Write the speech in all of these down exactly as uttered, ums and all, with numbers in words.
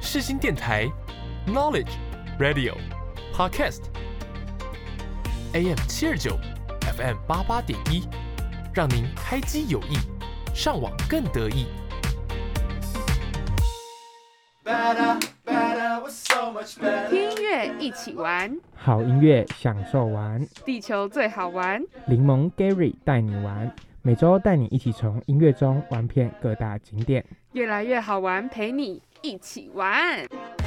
世新电台 Knowledge Radio Podcast A M 七二九 F M 八八点一，让您开机有益，上网更得意。 听音乐一起玩， 好音乐享受玩， 地球最好玩。 柠檬 Gary 带你玩，每周带你一起从音乐中玩遍各大景点， 越来越好玩，陪你一起玩。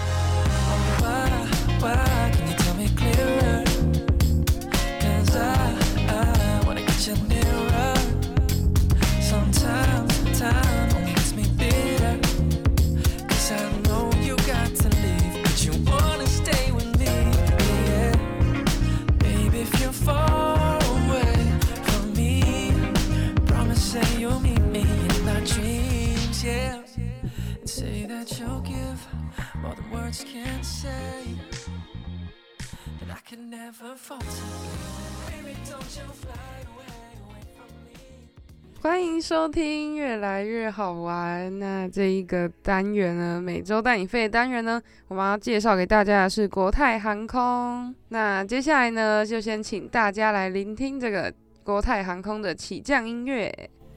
欢迎收听越来越好玩。那这一个单元呢，每周带你飞的单元呢，我们要介绍给大家的是国泰航空。那接下来呢，就先请大家来聆听这个国泰航空的起降音乐。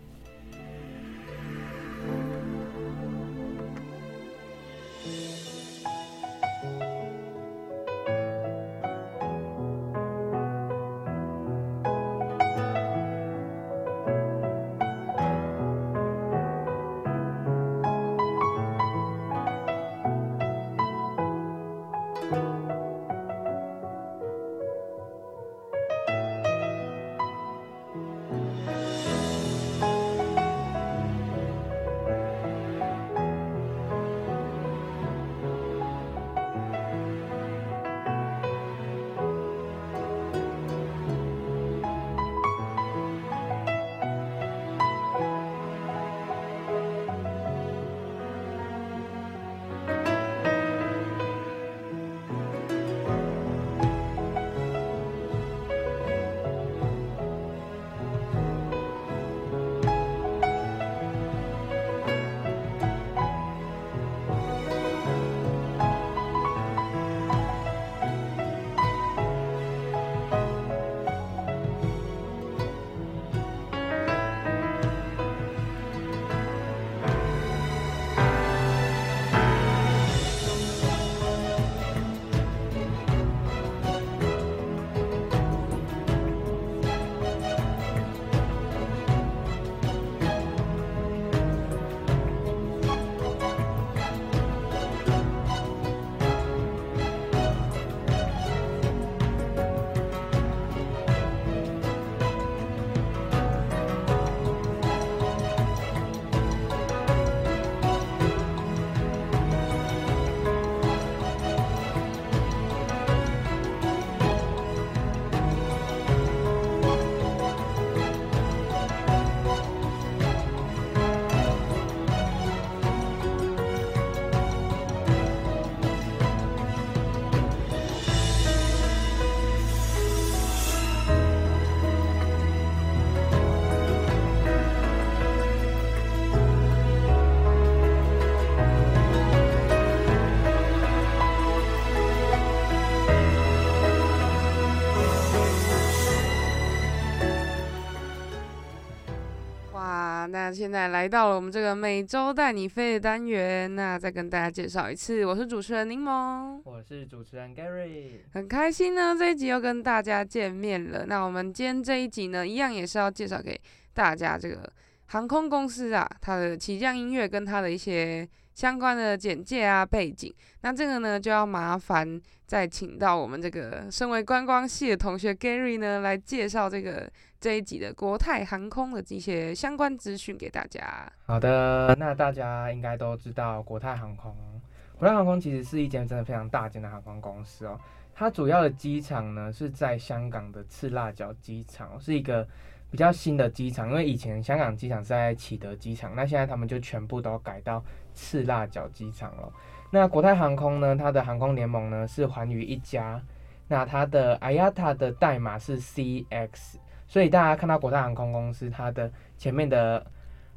那现在来到了我们这个每周带你飞的单元，那再跟大家介绍一次，我是主持人柠檬， 我是主持人 Gary， 很开心呢，这一集又跟大家见面了。那我们今天这一集呢，一样也是要介绍给大家这个航空公司啊，它的起降音乐跟它的一些相关的简介啊、背景。那这个呢，就要麻烦再请到我们这个身为观光系的同学 Gary 呢，来介绍这个这一集的国泰航空的一些相关资讯给大家。 好的，那大家应该都知道国泰航空。国泰航空其实是一间真的非常大间的航空公司哦。它主要的机场呢是在香港的赤辣角机场，是一个比较新的机场，因为以前香港机场是在启德机场，那现在他们就全部都改到赤辣角机场了。那国泰航空呢，它的航空联盟呢是寰宇一家，那它的 I A T A 的代码是 C X， 所以大家看到国泰航空公司它的前面的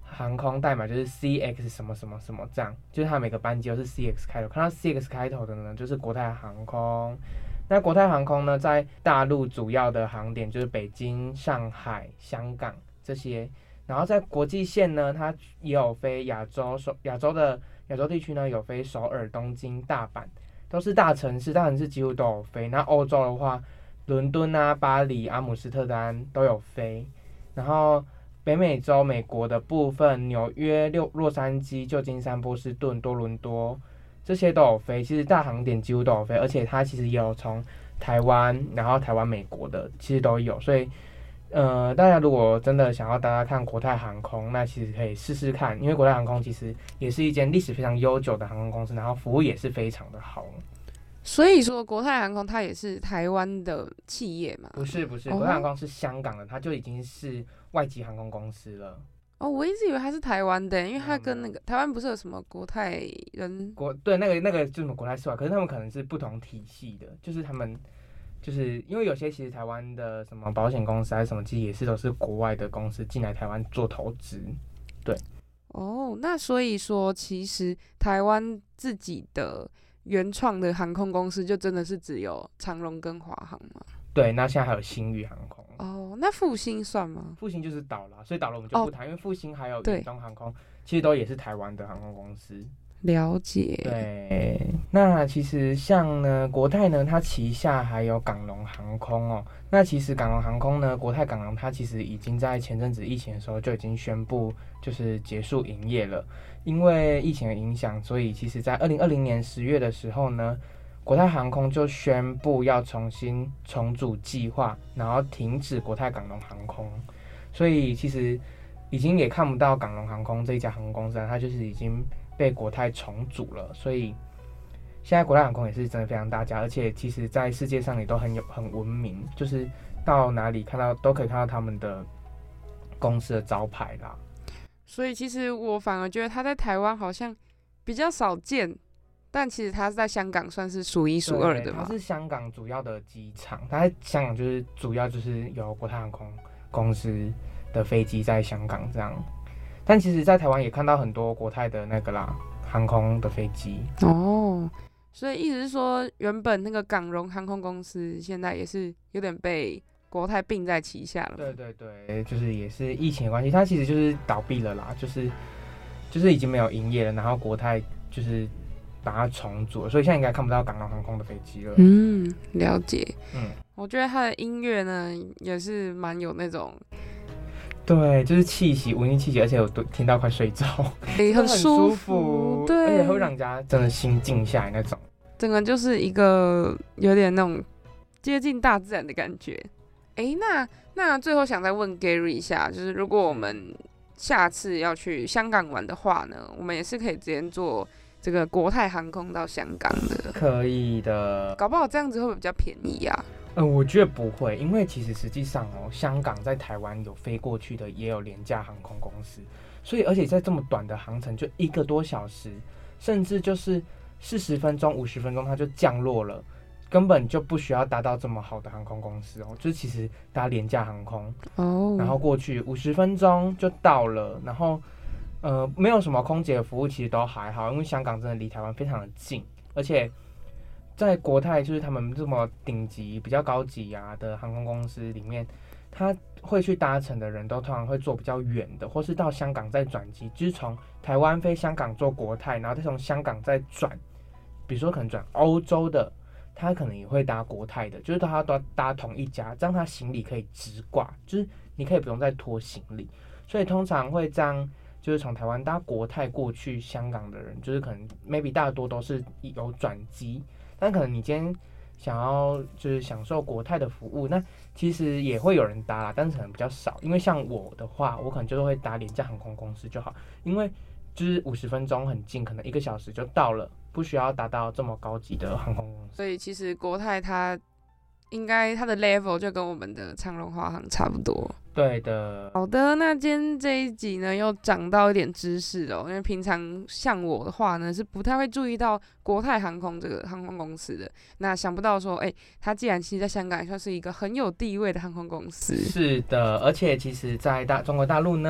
航空代码就是 C X 什么什么什么这样，就是它每个班机都是 C X 开头，看到 C X 开头的呢就是国泰航空。那国泰航空呢，在大陆主要的航点就是北京、上海、香港这些，然后在国际线呢，它也有飞亚洲首亚洲的亚洲地区呢有飞首尔、东京、大阪，都是大城市，大城市几乎都有飞。那欧洲的话，伦敦啊、巴黎、阿姆斯特丹都有飞，然后北美洲美国的部分，纽约、六洛杉矶、旧金山、波士顿、多伦多。这些都有飞，其实大航点几乎都有飞，而且它其实也有从台湾，然后台湾、美国的其实都有，所以呃，大家如果真的想要大家看国泰航空，那其实可以试试看，因为国泰航空其实也是一间历史非常悠久的航空公司，然后服务也是非常的好。 所以说国泰航空它也是台湾的企业嘛？ 不是不是，国泰航空是香港的，它就已经是外籍航空公司了。 哦，我一直以为它是台湾的，因为它跟那个台湾不是有什么国泰人国对那个那个就是什么国泰世华，可是他们可能是不同体系的，就是他们就是因为有些其实台湾的什么保险公司还是什么，其实也是都是国外的公司进来台湾做投资，对。 哦，那所以说其实台湾自己的原创的航空公司就真的是只有长荣跟华航吗？ 对，那现在还有星宇航空。 哦，那复兴算吗？ 复兴就是倒了，所以倒了我们就不谈，哦、因为复兴还有远东航空，其实都也是台湾的航空公司。 了解。 对，那其实像呢，国泰呢，它旗下还有港龙航空哦。那其实港龙航空呢，国泰港龙它其实已经在前阵子疫情的时候就已经宣布就是结束营业了，因为疫情的影响，所以其实在二零二零年十月的时候呢。国泰航空就宣布要重新重组计划，然后停止国泰港龙航空，所以其实已经也看不到港龙航空这一家航空公司了，它就是已经被国泰重组了。所以现在国泰航空也是真的非常大家，而且其实在世界上也都很有很闻名，就是到哪里看到都可以看到他们的公司的招牌啦。 所以其实我反而觉得他在台湾好像比较少见。但其实它是在香港算是数一数二的嘛。 它是香港主要的机场，它在香港就是主要就是有国泰航空公司的飞机在香港这样。但其实，在台湾也看到很多国泰的那个啦航空的飞机。 哦，所以意思是说，原本那个港荣航空公司现在也是有点被国泰并在旗下了。 对对对，就是也是疫情的关系，它其实就是倒闭了啦，就是就是已经没有营业了，然后国泰就是。把它重组，所以现在应该看不到港龙航空的飞机了。 嗯，了解。 嗯， 我觉得它的音乐呢也是蛮有那种， 对，就是气息，文艺气息，而且我都听到快睡着， 欸、很舒服， 对， 而且会让人家真的心静下来那种。 整个就是一个有点那种接近大自然的感觉。哎、欸，那那最后想再问 Gary 一下，就是如果我们下次要去香港玩的话呢，我们也是可以直接坐这个国泰航空到香港的。 可以的， 搞不好这样子会不会比较便宜啊？ 呃，我觉得不会，因为其实实际上哦，香港在台湾有飞过去的也有廉价航空公司，所以而且在这么短的航程，就一个多小时，甚至就是四十分钟、五十分钟，它就降落了，根本就不需要搭到这么好的航空公司哦，就是其实搭廉价航空哦，然后过去五十分钟就到了，然后呃没有什么空姐的服务，其实都还好，因为香港真的离台湾非常的近，而且。在国泰就是他们这么顶级、比较高级啊的航空公司里面，他会去搭乘的人都通常会坐比较远的，或是到香港再转机，就是从台湾飞香港坐国泰，然后再从香港再转，比如说可能转欧洲的，他可能也会搭国泰的，就是他都搭同一家，这样他行李可以直挂，就是你可以不用再拖行李，所以通常会这样。就是从台湾搭国泰过去香港的人，就是可能 maybe 大多都是有转机，但可能你今天想要就是享受国泰的服务，那其实也会有人搭啦，但是可能比较少。因为像我的话，我可能就是会搭廉价航空公司就好，因为就是五十分钟很近，可能一个小时就到了，不需要达到这么高级的航空公司。 所以其实国泰它应该它的 level 就跟我们的长荣华航差不多。 对的。 好的，那今天这一集呢又长到一点知识哦，因为平常像我的话呢是不太会注意到国泰航空这个航空公司的。那想不到说，哎、欸，它既然其实在香港也算是一个很有地位的航空公司。 是的，而且其实在大中国大陆呢，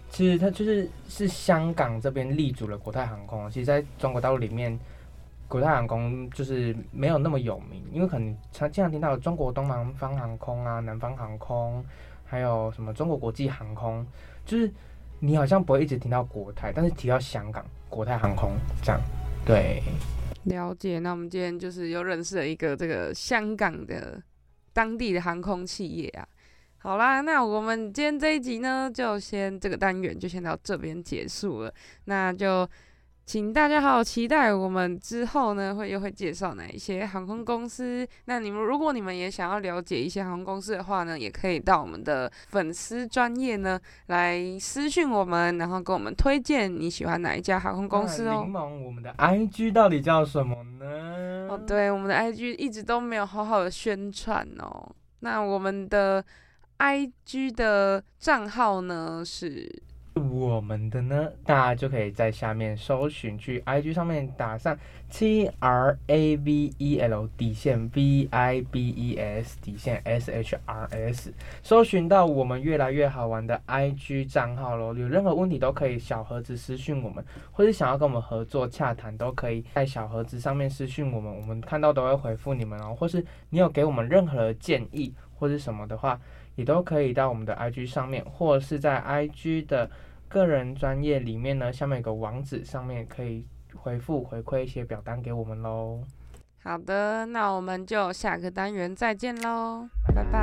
其实它就是是香港这边立足了国泰航空。其实在中国大陆里面，国泰航空就是没有那么有名，因为可能常经常听到中国东南方航空啊、南方航空，还有什么中国国际航空，就是你好像不会一直听到国泰，但是提到香港国泰航空这样，对。 了解。那我们今天就是又认识了一个这个香港的当地的航空企业啊。好啦，那我们今天这一集呢，就先这个单元就先到这边结束了。那就请大家好好期待我们之后呢会又会介绍哪一些航空公司。那你们如果你们也想要了解一些航空公司的话呢，也可以到我们的粉丝专页呢来私讯我们，然后跟我们推荐你喜欢哪一家航空公司哦。 柠檬，我们的 I G 到底叫什么呢？ 哦，对，我们的 I G 一直都没有好好的宣传哦。那我们的 I G 的账号呢是我们的呢，大家就可以在下面搜寻，去 I G 上面打上 T R A V E L 底线 V I B E S 底线 S H R S， 搜寻到我们越来越好玩的 I G 账号咯。有任何问题都可以小盒子私讯我们，或是想要跟我们合作洽谈，都可以在小盒子上面私讯我们，我们看到都会回复你们哦。或是你有给我们任何的建议或是什么的话，也都可以到我们的 I G 上面，或者是在 I G 的个人专页里面呢，下面有个网址，上面可以回复回馈一些表单给我们咯。 好的，那我们就下个单元再见咯，拜拜。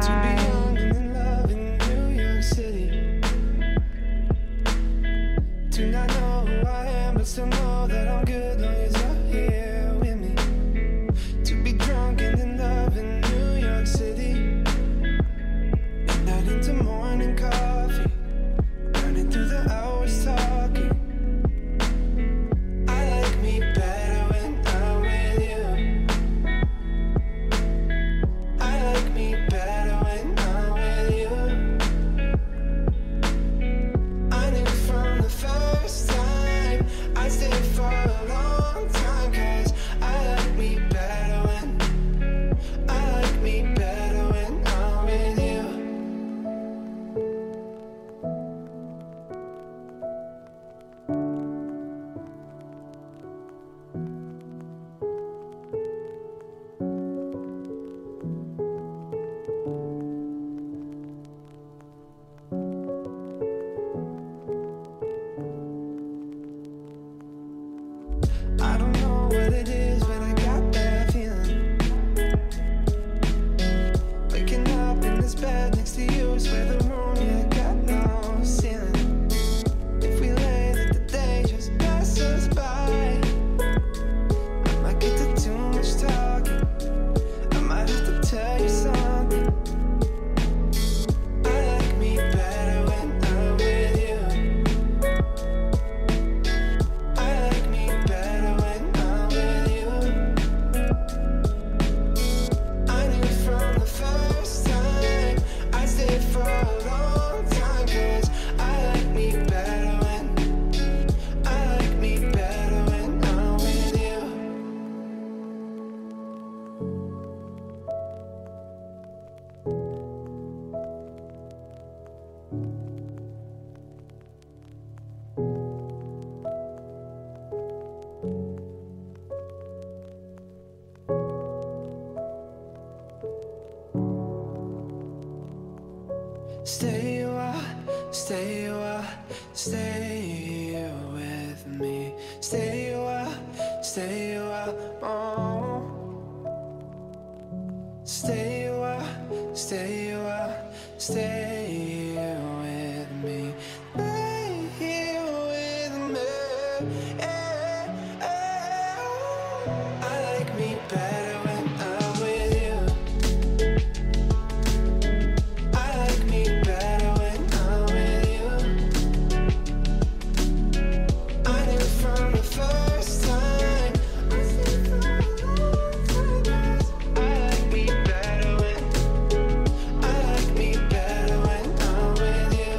Through the hours talking, I like me better when I'm with you. I like me better when I'm with you. I knew from the first time I'd stay for a long time, 'cause I like me better when I like me better when I'm with you. I don't know what it is, but I got that feeling. Waking up in this bed next to you, swear the room, yeah, got no ceiling. If we lay, let the day just pass us by. I might get to too much talking, I might have to tell you something. I like me better when I'm with you. I like me better when I'm with you. I knew from the first time I'd stay for a long time, 'cause I like me better when I like me better when I'm with you. Stay a while, stay a while, stay with me. Stay a while, stay a while, oh. Stay a while, stay a while, stay with me. Stay here with me, yeah, yeah. I like me better when I'm with you. I like me better when I'm with you. I knew from the first time I stayed for a long time, 'cause I like me better when I like me better when I'm with you.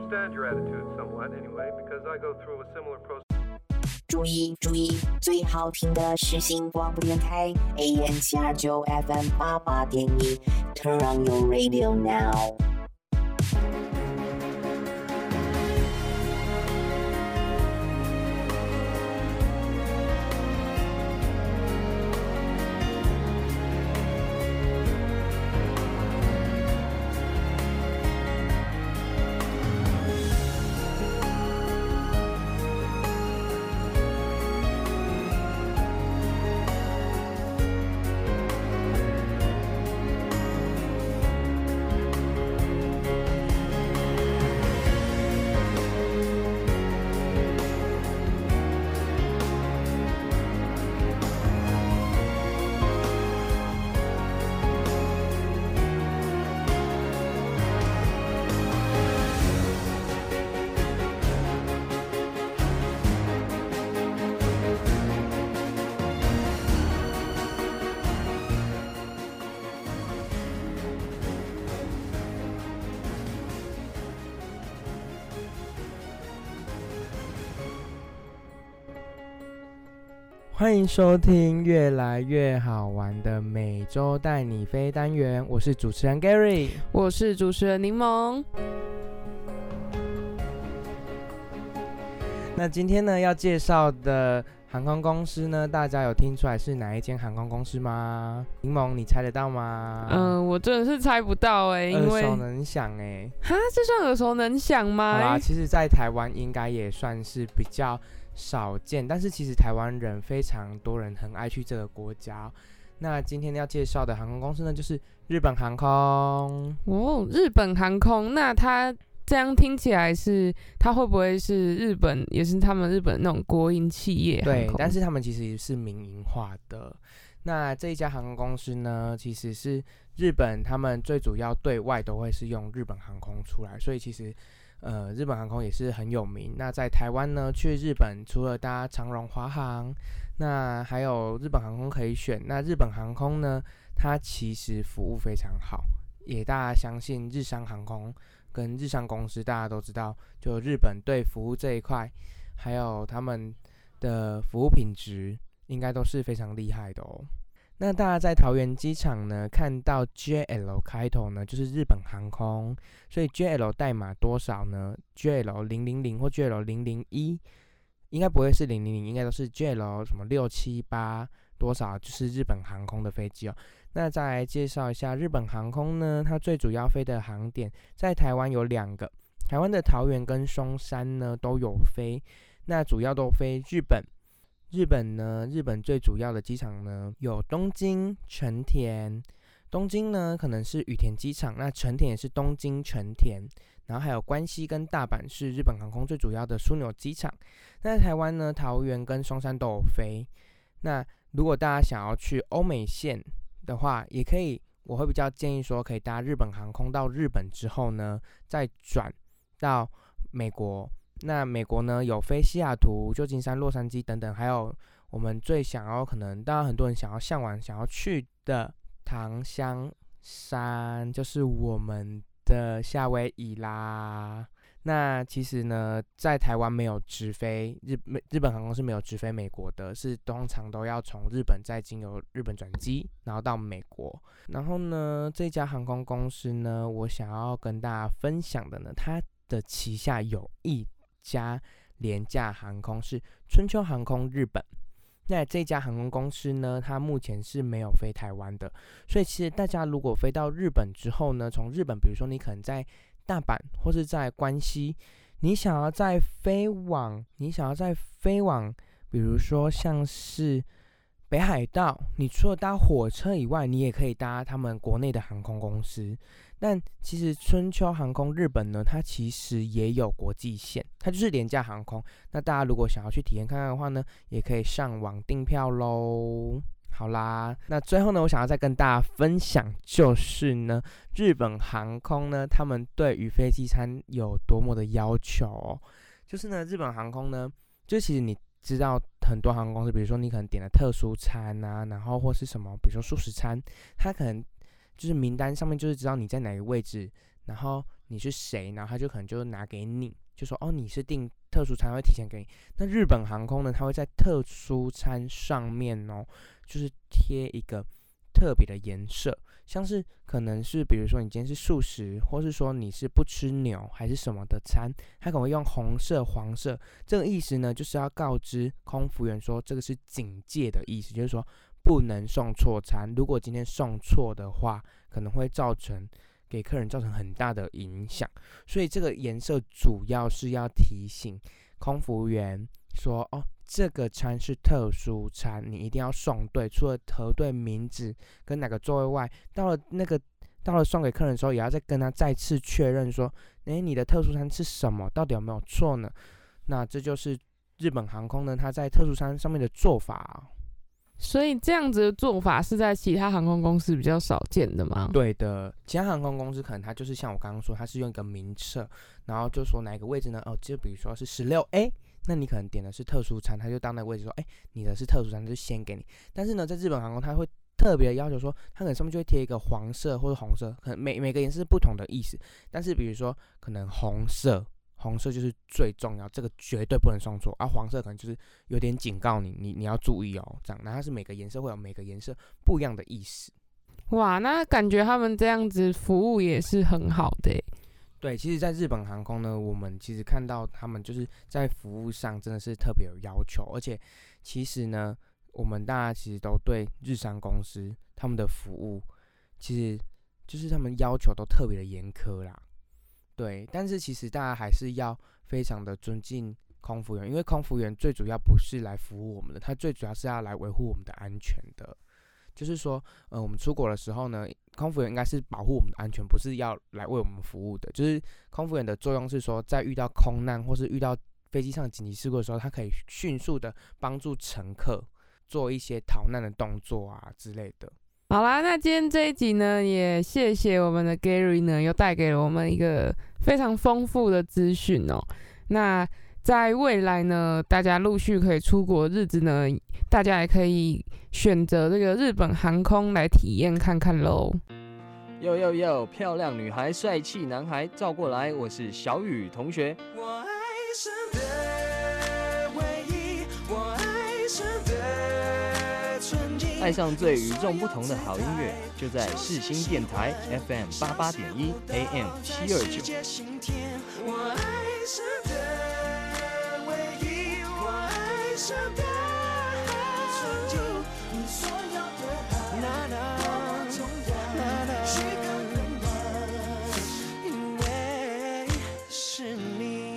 understand your attitude somewhat anyway, because I go through a similar process. 注意注意，最好听的是新广播电台 A M 七二九 F M 八八点一 ，Turn on your radio now。 欢迎收听越来越好玩的每周带你飞单元，我是主持人 Gary， 我是主持人柠檬。 那今天呢要介绍的航空公司呢，大家有听出来是哪一间航空公司吗？柠檬，你猜得到吗？ 嗯、呃，我真的是猜不到哎、欸，因为耳熟能详哎。 哈，这算耳熟能详吗？ 好啦，其实在台湾应该也算是比较少见，但是其实台湾人非常多人很爱去这个国家。那今天要介绍的航空公司呢，就是日本航空。 哦，日本航空，那它这样听起来是，它会不会是日本，也是他们日本那种国营企业航空？ 对，但是他们其实是民营化的。那这一家航空公司呢，其实是日本，他们最主要对外都会是用日本航空出来，所以其实呃，日本航空也是很有名。那在台湾呢，去日本除了搭长荣、华航，那还有日本航空可以选。那日本航空呢，它其实服务非常好，也大家相信日商航空跟日商公司，大家都知道，就日本对服务这一块，还有他们的服务品质，应该都是非常厉害的哦。那大家在桃园机场呢看到 J L 开头呢，就是日本航空，所以 J L 代码多少呢 ？J L 零零零或 J L 零零一，应该不会是零零零，应该都是 J L 什么六七八多少，就是日本航空的飞机哦。那再来介绍一下日本航空呢，它最主要飞的航点在台湾有两个，台湾的桃园跟松山呢都有飞，那主要都飞日本。日本呢，日本最主要的机场呢有东京、成田。东京呢可能是羽田机场，那成田也是东京成田，然后还有关西跟大阪是日本航空最主要的枢纽机场。那台湾呢，桃园跟松山都有飞。那如果大家想要去欧美线的话，也可以，我会比较建议说，可以搭日本航空到日本之后呢，再转到美国。那美国呢有飞西雅图、旧金山、洛杉矶等等，还有我们最想要，可能当然很多人想要向往、想要去的唐香山，就是我们的夏威夷啦。那其实呢，在台湾没有直飞日日本航空是没有直飞美国的，是通常都要从日本再经由日本转机，然后到美国。然后呢，这家航空公司呢，我想要跟大家分享的呢，它的旗下有一家廉价航空是春秋航空日本。那这家航空公司呢，它目前是没有飞台湾的，所以其实大家如果飞到日本之后呢，从日本，比如说你可能在大阪或是在关西，你想要再飞往，你想要再飞往，比如说像是北海道，你除了搭火车以外，你也可以搭他们国内的航空公司。但其实春秋航空日本呢，它其实也有国际线，它就是廉价航空。那大家如果想要去体验看看的话呢，也可以上网订票咯。好啦，那最后呢，我想要再跟大家分享，就是呢，日本航空呢，他们对于飞机餐有多么的要求哦。就是呢，日本航空呢，就其实你知道很多航空公司，比如说你可能点了特殊餐啊，然后或是什么，比如说素食餐，它可能就是名单上面就是知道你在哪个位置，然后你是谁，然后他就可能就拿给你，就说哦你是订特殊餐会提前给你。那日本航空呢，它会在特殊餐上面哦，就是贴一个特别的颜色，像是可能是比如说你今天是素食，或是说你是不吃牛还是什么的餐，它可能会用红色、黄色，这个意思呢就是要告知空服员说这个是警戒的意思，就是说不能送错餐，如果今天送错的话，可能会造成给客人造成很大的影响，所以这个颜色主要是要提醒空服员说哦这个餐是特殊餐，你一定要送对，除了核对名字跟哪个座位外，到了那个到了送给客人的时候，也要再跟他再次确认说，诶，你的特殊餐是什么，到底有没有错呢？那这就是日本航空呢，它在特殊餐上面的做法哦。 所以这样子的做法是在其他航空公司比较少见的吗？ 对的，其他航空公司可能它就是像我刚刚说，它是用一个名册，然后就说哪一个位置呢？哦，就比如说是十六 A， 那你可能点的是特殊餐，他就到那个位置说，哎，你的是特殊餐，就先给你。但是呢，在日本航空，它会特别要求说，它可能上面就会贴一个黄色或者红色，可能每每个颜色是不同的意思。但是比如说，可能红色。红色就是最重要，这个绝对不能送错，而、啊、黄色可能就是有点警告你，你你要注意哦，这样。然后它是每个颜色会有每个颜色不一样的意思。 哇，那感觉他们这样子服务也是很好的耶。 对，其实在日本航空呢，我们其实看到他们就是在服务上真的是特别有要求，而且其实呢，我们大家其实都对日商公司他们的服务，其实就是他们要求都特别的严苛啦。对，但是其实大家还是要非常的尊敬空服员，因为空服员最主要不是来服务我们的，他最主要是要来维护我们的安全的。就是说，呃，我们出国的时候呢，空服员应该是保护我们的安全，不是要来为我们服务的。就是空服员的作用是说，在遇到空难或是遇到飞机上紧急事故的时候，他可以迅速的帮助乘客做一些逃难的动作啊之类的。 好啦，那今天这一集呢，也谢谢我们的 Gary 呢，又带给了我们一个非常丰富的资讯哦。那在未来呢，大家陆续可以出国的日子呢，大家也可以选择这个日本航空来体验看看咯。 呦呦呦，漂亮女孩，帅气男孩，照过来，我是小雨同学。 我爱上的唯一，我爱上的纯净， 爱上最与众不同的好音乐，就在世新电台 F M 八八点一 A M 七二九。 我爱上的唯一，我爱上的纯净，你所有的爱，那那那那虚构的，因为是你。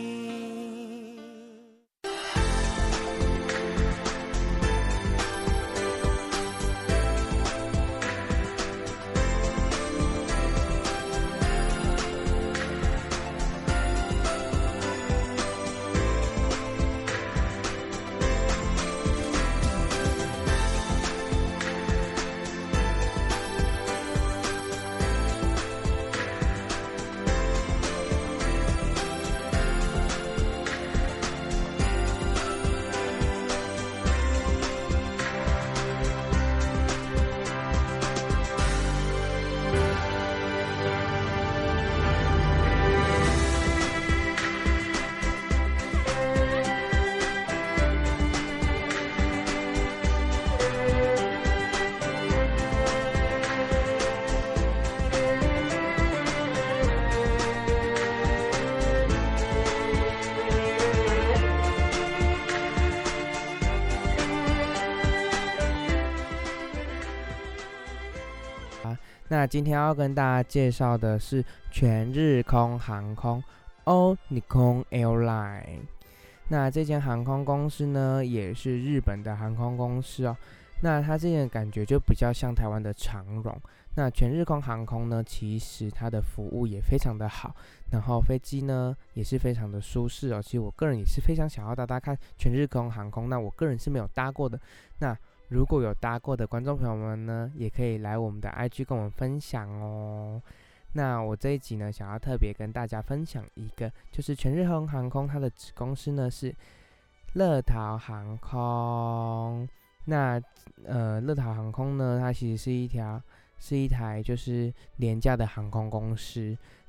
那今天要跟大家介绍的是全日空航空 All Nippon Airline。那这间航空公司呢，也是日本的航空公司哦。那它这件感觉就比较像台湾的长荣。那全日空航空呢，其实它的服务也非常的好，然后飞机呢也是非常的舒适哦。其实我个人也是非常想要搭搭看全日空航空，那我个人是没有搭过的。那如果有搭过的观众朋友们呢，也可以来我们的 I G 跟我们分享哦。那我这一集呢，想要特别跟大家分享一个，就是全日空航空它的子公司呢是乐桃航空。那呃，乐桃航空呢，它其实是一条是一台就是廉价的航空公司。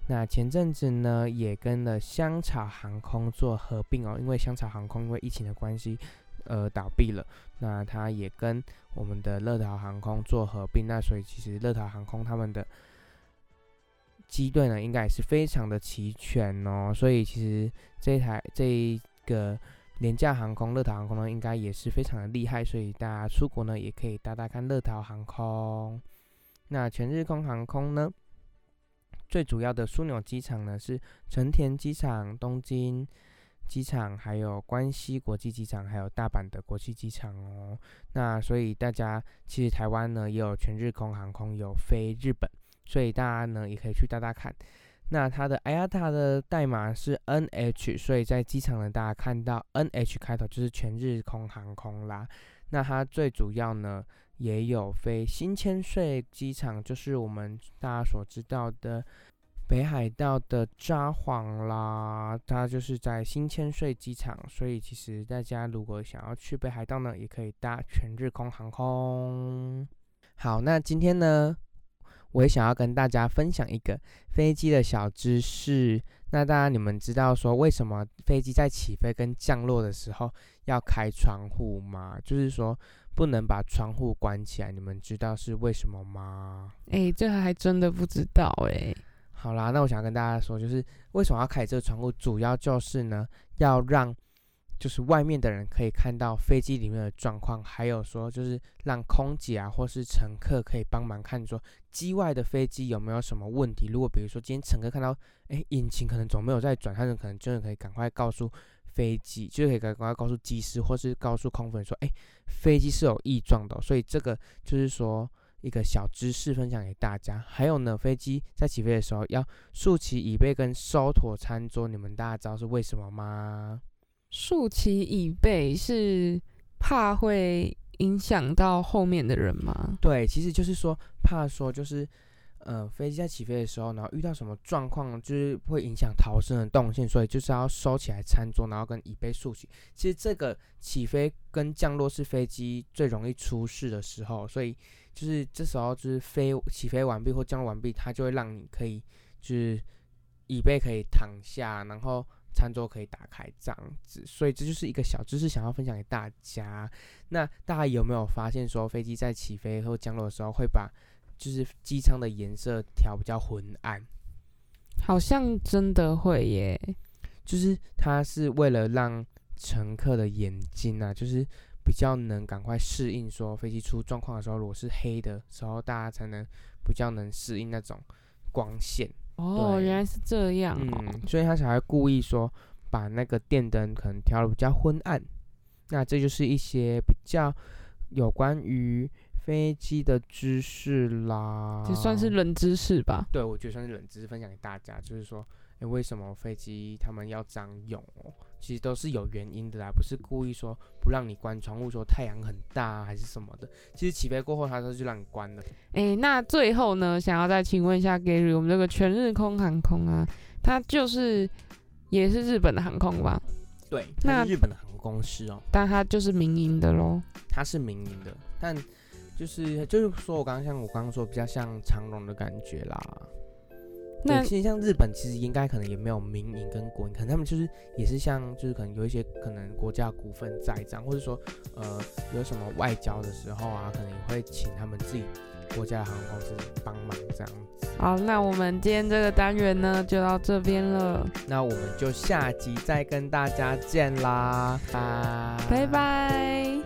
那前阵子呢，也跟了香草航空做合并哦，因为香草航空因为疫情的关系，呃，倒闭了。那它也跟我们的乐桃航空做合并，那所以其实乐桃航空他们的机队呢，应该也是非常的齐全哦。所以其实这一台这一个廉价航空乐桃航空呢，应该也是非常的厉害，所以大家出国呢，也可以搭搭看乐桃航空。那全日空航空呢？最主要的枢纽机场呢是成田机场、东京机场，还有关西国际机场，还有大阪的国际机场哦。那所以大家其实台湾呢也有全日空航空有飞日本，所以大家呢也可以去搭搭看。那它的 I A T A 的代码是 N H， 所以在机场呢大家看到 N H 开头就是全日空航空啦。那它最主要呢也有飞新千岁机场，就是我们大家所知道的北海道的札幌啦，它就是在新千岁机场，所以其实大家如果想要去北海道呢，也可以搭全日空航空。好，那今天呢，我也想要跟大家分享一个飞机的小知识。那大家你们知道说为什么飞机在起飞跟降落的时候要开窗户吗？就是说不能把窗户关起来，你们知道是为什么吗？ 哎，这还真的不知道哎。 好啦，那我想跟大家说，就是为什么要开这个窗户，主要就是呢，要让就是外面的人可以看到飞机里面的状况，还有说就是让空姐啊或是乘客可以帮忙看说机外的飞机有没有什么问题。如果比如说今天乘客看到哎引擎可能总没有在转，他们可能真的可以赶快告诉飞机，就可以赶快告诉机师或是告诉空服员说，哎，飞机是有异状的哦。所以这个就是说一个小知识分享给大家。还有呢，飞机在起飞的时候要竖起椅背跟收妥餐桌，你们大家知道是为什么吗？ 竖起椅背是怕会影响到后面的人吗？ 对，其实就是说怕说就是呃飞机在起飞的时候，然后遇到什么状况，就是会影响逃生的动线，所以就是要收起来餐桌，然后跟椅背竖起。其实这个起飞跟降落是飞机最容易出事的时候，所以就是这时候就是飞起飞完毕或降落完毕，它就会让你可以就是椅背可以躺下，然后餐桌可以打开这样子。所以这就是一个小知识想要分享给大家。那大家有没有发现说飞机在起飞或降落的时候会把就是机舱的颜色调比较昏暗？ 好像真的会耶， 就是它是为了让乘客的眼睛啊，就是比较能赶快适应说飞机出状况的时候，如果是黑的时候，大家才能比较能适应那种光线。 哦，原来是这样哦。 嗯，所以他才会故意说把那个电灯可能调得比较昏暗。那这就是一些比较有关于飞机的知识啦， 这算是冷知识吧？ 对，我觉得算是冷知识分享给大家，就是说，哎，为什么飞机他们要这样用哦？其实都是有原因的啦，不是故意说不让你关窗户，说太阳很大、啊、还是什么的。其实起飞过后，它就让你关了。 哎，那最后呢，想要再请问一下 Gary， 我们这个全日空航空啊，它就是也是日本的航空吧？ 对，它是日本的航空公司哦， 但它就是民营的咯。 它是民营的，但就是就是说我刚刚像我刚刚说比较像长荣的感觉啦。那其实像日本，其实应该可能也没有民营跟国营，可能他们就是也是像就是可能有一些可能国家股份在这样，或者说呃有什么外交的时候啊，可能也会请他们自己国家的航空公司帮忙这样子。 好，那我们今天这个单元呢就到这边了， 那我们就下集再跟大家见啦，拜拜拜。